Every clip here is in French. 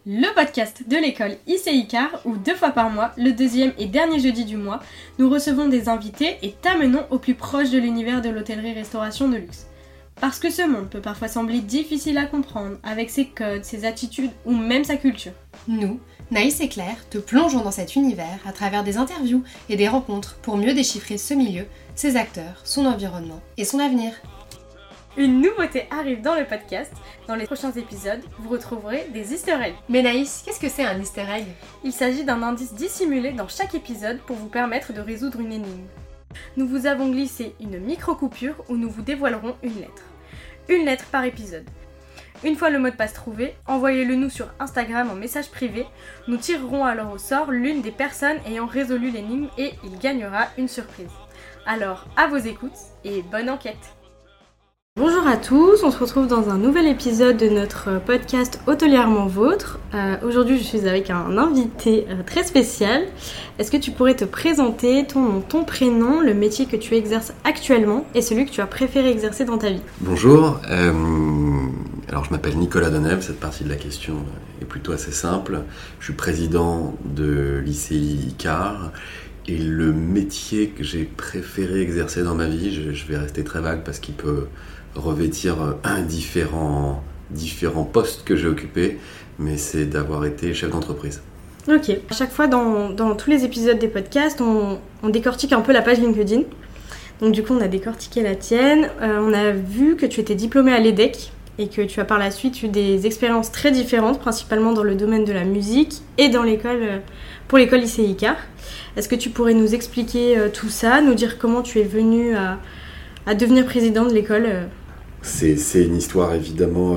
Le podcast de l'école ICI Car où 2 fois par mois, le deuxième et dernier jeudi du mois, nous recevons des invités et t'amenons au plus proche de l'univers de l'hôtellerie-restauration de luxe. Parce que ce monde peut parfois sembler difficile à comprendre avec ses codes, ses attitudes ou même sa culture. Nous, Naïs et Claire, te plongeons dans cet univers à travers des interviews et des rencontres pour mieux déchiffrer ce milieu, ses acteurs, son environnement et son avenir. Une nouveauté arrive dans le podcast. Dans les prochains épisodes, vous retrouverez des easter eggs. Mais Naïs, qu'est-ce que c'est un easter egg ? Il s'agit d'un indice dissimulé dans chaque épisode pour vous permettre de résoudre une énigme. Nous vous avons glissé une micro-coupure où nous vous dévoilerons une lettre. Une lettre par épisode. Une fois le mot de passe trouvé, envoyez-le nous sur Instagram en message privé. Nous tirerons alors au sort l'une des personnes ayant résolu l'énigme et il gagnera une surprise. Alors, à vos écoutes et bonne enquête! Bonjour à tous, on se retrouve dans un nouvel épisode de notre podcast Hôtelièrement Vôtre. Aujourd'hui je suis avec un invité très spécial. Est-ce que tu pourrais te présenter ton nom, ton prénom, le métier que tu exerces actuellement et celui que tu as préféré exercer dans ta vie ? Bonjour, alors je m'appelle Nicolas Denève, cette partie de la question est plutôt assez simple. Je suis président de l'ICI Car. Et le métier que j'ai préféré exercer dans ma vie, je vais rester très vague parce qu'il peut revêtir différents postes que j'ai occupés, mais c'est d'avoir été chef d'entreprise. Ok. À chaque fois dans tous les épisodes des podcasts, on décortique un peu la page LinkedIn. Donc du coup, on a décortiqué la tienne. On a vu que tu étais diplômée à l'EDEC et que tu as par la suite eu des expériences très différentes, principalement dans le domaine de la musique et dans pour l'école ICI Car. Est-ce que tu pourrais nous expliquer tout ça, nous dire comment tu es venue à devenir président de l'école C'est une histoire évidemment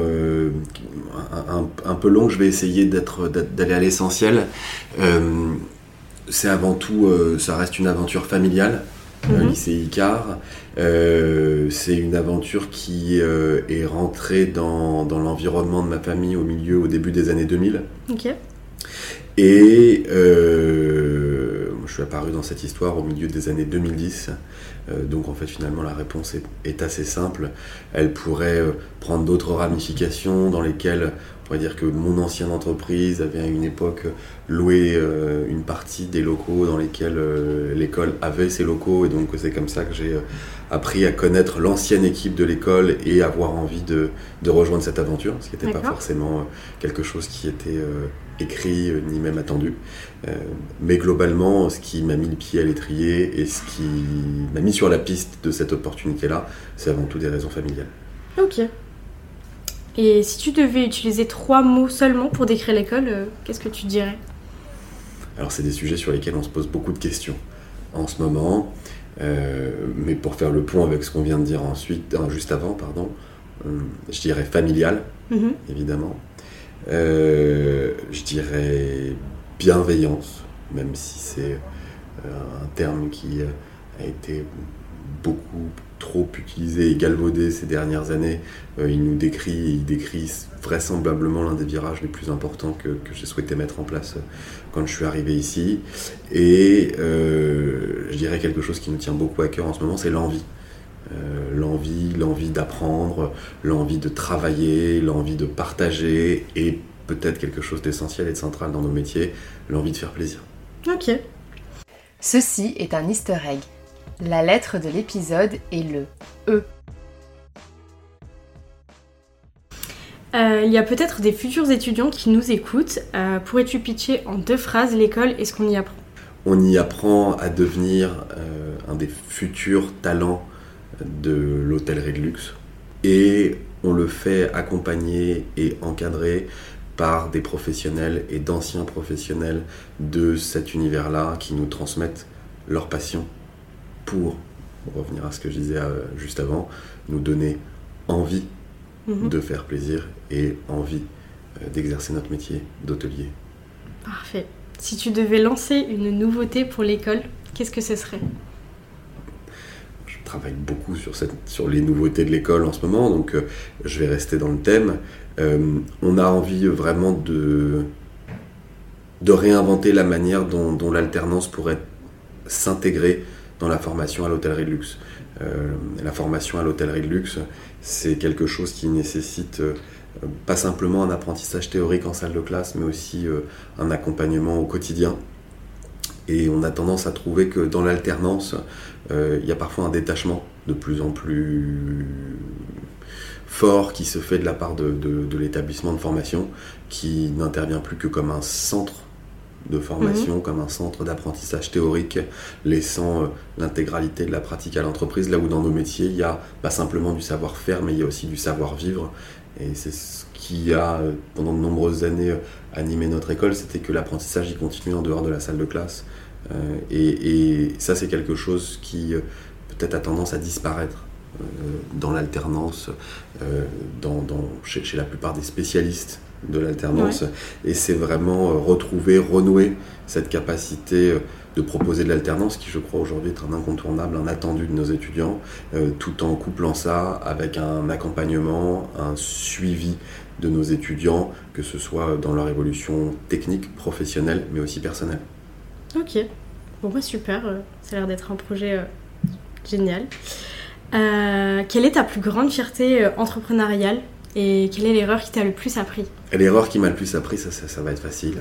un peu longue, je vais essayer d'aller à l'essentiel. C'est avant tout, ça reste une aventure familiale, l'ICI Car. C'est une aventure qui est rentrée dans l'environnement de ma famille au début des années 2000. Ok. Et je suis apparu dans cette histoire au milieu des années 2010. Donc en fait finalement la réponse est assez simple. Elle pourrait prendre d'autres ramifications dans lesquelles on pourrait dire que mon ancienne entreprise avait à une époque loué une partie des locaux dans lesquels l'école avait ses locaux, et donc c'est comme ça que j'ai appris à connaître l'ancienne équipe de l'école et avoir envie de rejoindre cette aventure, ce qui n'était pas forcément quelque chose qui était écrit ni même attendu. Mais globalement, ce qui m'a mis le pied à l'étrier et ce qui m'a mis sur la piste de cette opportunité-là, c'est avant tout des raisons familiales. Ok. Et si tu devais utiliser 3 mots seulement pour décrire l'école, qu'est-ce que tu dirais ? Alors c'est des sujets sur lesquels on se pose beaucoup de questions en ce moment, mais pour faire le pont avec ce qu'on vient de dire juste avant, je dirais familial, évidemment. Je dirais bienveillance, même si c'est un terme qui a été beaucoup trop utilisé et galvaudé ces dernières années. Il décrit vraisemblablement l'un des virages les plus importants que j'ai souhaité mettre en place quand je suis arrivé ici. Et je dirais quelque chose qui me tient beaucoup à cœur en ce moment, c'est l'envie. L'envie d'apprendre, l'envie de travailler, l'envie de partager et peut-être quelque chose d'essentiel et de central dans nos métiers, l'envie de faire plaisir. Ok. Ceci est un easter egg. La lettre de l'épisode est le E. Il y a peut-être des futurs étudiants qui nous écoutent. Pourrais-tu pitcher en 2 phrases l'école et ce qu'on y apprend ? On y apprend à devenir un des futurs talents de l'hôtellerie de luxe, et on le fait accompagner et encadrer par des professionnels et d'anciens professionnels de cet univers-là qui nous transmettent leur passion pour revenir à ce que je disais juste avant, nous donner envie de faire plaisir et envie d'exercer notre métier d'hôtelier. Parfait. Si tu devais lancer une nouveauté pour l'école, qu'est-ce que ce serait ? Je travaille beaucoup sur les nouveautés de l'école en ce moment, donc je vais rester dans le thème. On a envie vraiment de réinventer la manière dont l'alternance pourrait s'intégrer dans la formation à l'hôtellerie de luxe. La formation à l'hôtellerie de luxe, c'est quelque chose qui nécessite pas simplement un apprentissage théorique en salle de classe, mais aussi un accompagnement au quotidien. Et on a tendance à trouver que dans l'alternance, il y a parfois un détachement de plus en plus fort qui se fait de la part de l'établissement de formation, qui n'intervient plus que comme un centre de formation, comme un centre d'apprentissage théorique, laissant l'intégralité de la pratique à l'entreprise, là où dans nos métiers, il y a pas simplement du savoir-faire, mais il y a aussi du savoir-vivre. Et c'est ce qui a, pendant de nombreuses années, animé notre école, c'était que l'apprentissage y continuait en dehors de la salle de classe. Et ça, c'est quelque chose qui peut-être a tendance à disparaître dans l'alternance, chez la plupart des spécialistes de l'alternance. Ouais. Et c'est vraiment renouer cette capacité de proposer de l'alternance qui, je crois, aujourd'hui est un incontournable, un attendu de nos étudiants, tout en couplant ça avec un accompagnement, un suivi de nos étudiants, que ce soit dans leur évolution technique, professionnelle, mais aussi personnelle. Ok, bon bah super, ça a l'air d'être un projet génial. Quelle est ta plus grande fierté entrepreneuriale et quelle est l'erreur qui t'a le plus appris ? L'erreur qui m'a le plus appris, ça va être facile.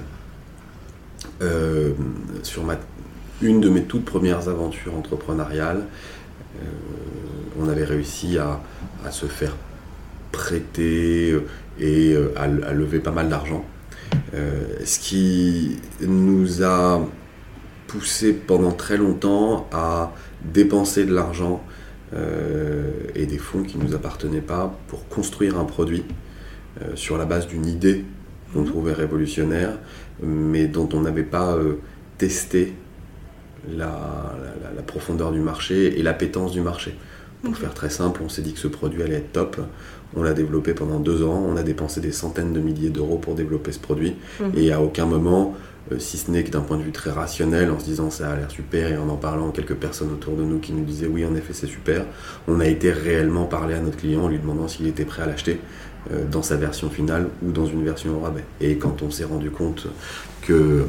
Sur une de mes toutes premières aventures entrepreneuriales, on avait réussi à se faire prêter et à lever pas mal d'argent. Ce qui nous a poussé pendant très longtemps à dépenser de l'argent et des fonds qui ne nous appartenaient pas pour construire un produit sur la base d'une idée qu'on trouvait révolutionnaire, mais dont on n'avait pas testé la profondeur du marché et l'appétence du marché. Pour faire très simple, on s'est dit que ce produit allait être top. On l'a développé pendant 2 ans, on a dépensé des centaines de milliers d'euros pour développer ce produit. Et à aucun moment, si ce n'est que d'un point de vue très rationnel, en se disant ça a l'air super et en parlant à quelques personnes autour de nous qui nous disaient oui en effet c'est super, on a été réellement parler à notre client en lui demandant s'il était prêt à l'acheter dans sa version finale ou dans une version au rabais. Et quand on s'est rendu compte que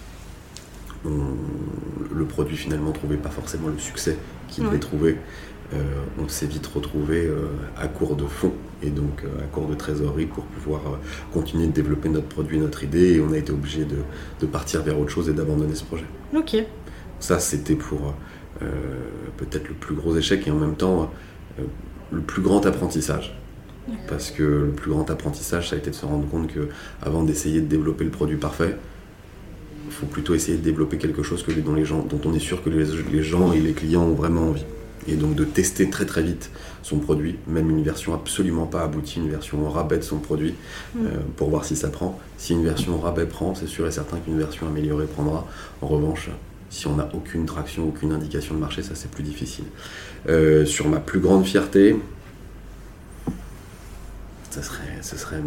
le produit finalement ne trouvait pas forcément le succès qu'il devait trouver, on s'est vite retrouvé à court de fonds et donc à court de trésorerie pour pouvoir continuer de développer notre produit, notre idée, et on a été obligé de partir vers autre chose et d'abandonner ce projet. Ok. Ça, c'était pour peut-être le plus gros échec et en même temps le plus grand apprentissage. Parce que le plus grand apprentissage, ça a été de se rendre compte qu'avant d'essayer de développer le produit parfait, il faut plutôt essayer de développer quelque chose dont on est sûr que les gens et les clients ont vraiment envie. Et donc de tester très très vite son produit, même une version absolument pas aboutie, une version au rabais de son produit, pour voir si ça prend. Si une version au rabais prend, c'est sûr et certain qu'une version améliorée prendra. En revanche, si on n'a aucune traction, aucune indication de marché, ça c'est plus difficile. Sur ma plus grande fierté, ce serait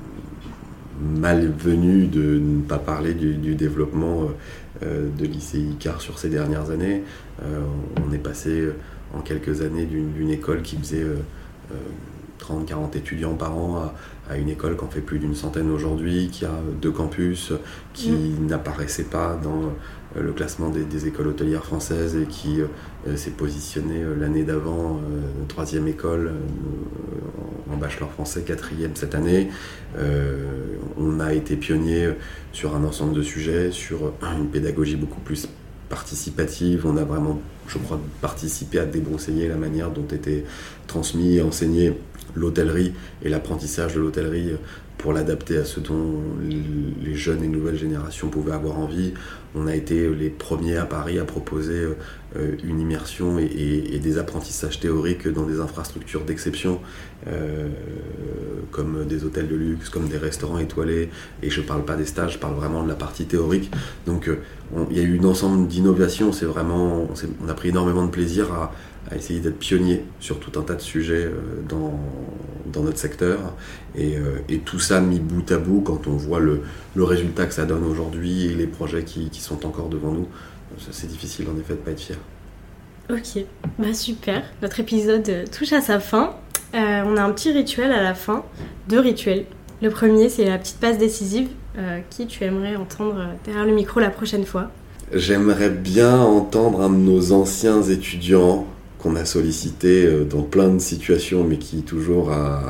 malvenu de ne pas parler du développement de lycée Icare sur ces dernières années. On est passé en quelques années d'une école qui faisait 30-40 étudiants par an à une école qui en fait plus d'une centaine aujourd'hui, qui a 2 campus, qui n'apparaissait pas dans le classement des écoles hôtelières françaises et qui s'est positionnée l'année d'avant, 3e école en bachelor français, 4e cette année. On a été pionnier sur un ensemble de sujets, sur une pédagogie beaucoup plus participative. On a vraiment, je crois, participé à débroussailler la manière dont était transmis et enseigné l'hôtellerie et l'apprentissage de l'hôtellerie pour l'adapter à ce dont les jeunes et nouvelles générations pouvaient avoir envie. On a été les premiers à Paris à proposer une immersion et des apprentissages théoriques dans des infrastructures d'exception, comme des hôtels de luxe, comme des restaurants étoilés. Et je ne parle pas des stages, je parle vraiment de la partie théorique. Donc il y a eu un ensemble d'innovations. On a pris énormément de plaisir à essayer d'être pionnier sur tout un tas de sujets dans notre secteur. Et tout ça mis bout à bout, quand on voit le résultat que ça donne aujourd'hui et les projets qui sont encore devant nous, c'est difficile en effet de ne pas être fier. Ok, bah super. Notre épisode touche à sa fin. On a un petit rituel à la fin, 2 rituels. Le premier, c'est la petite passe décisive. Qui tu aimerais entendre derrière le micro la prochaine fois ? J'aimerais bien entendre un de nos anciens étudiants qu'on a sollicité dans plein de situations, mais qui toujours a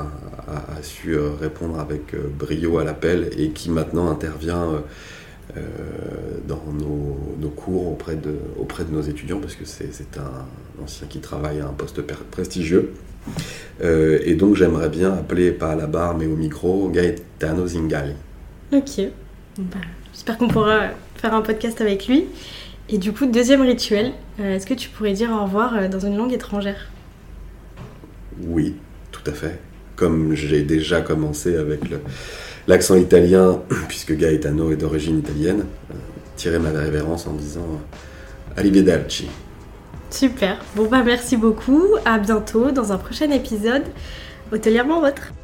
a su répondre avec brio à l'appel et qui maintenant intervient dans nos cours auprès de nos étudiants, parce que c'est un ancien qui travaille à un poste prestigieux. Et donc j'aimerais bien appeler, pas à la barre mais au micro, Gaetano Zingali. Ok, j'espère qu'on pourra faire un podcast avec lui. Et du coup, deuxième rituel, est-ce que tu pourrais dire au revoir dans une langue étrangère ? Oui, tout à fait. Comme j'ai déjà commencé avec l'accent italien, puisque Gaetano est d'origine italienne, tirer ma révérence en disant Arrivederci. Super, merci beaucoup, à bientôt dans un prochain épisode Hôtelièrement Vôtre.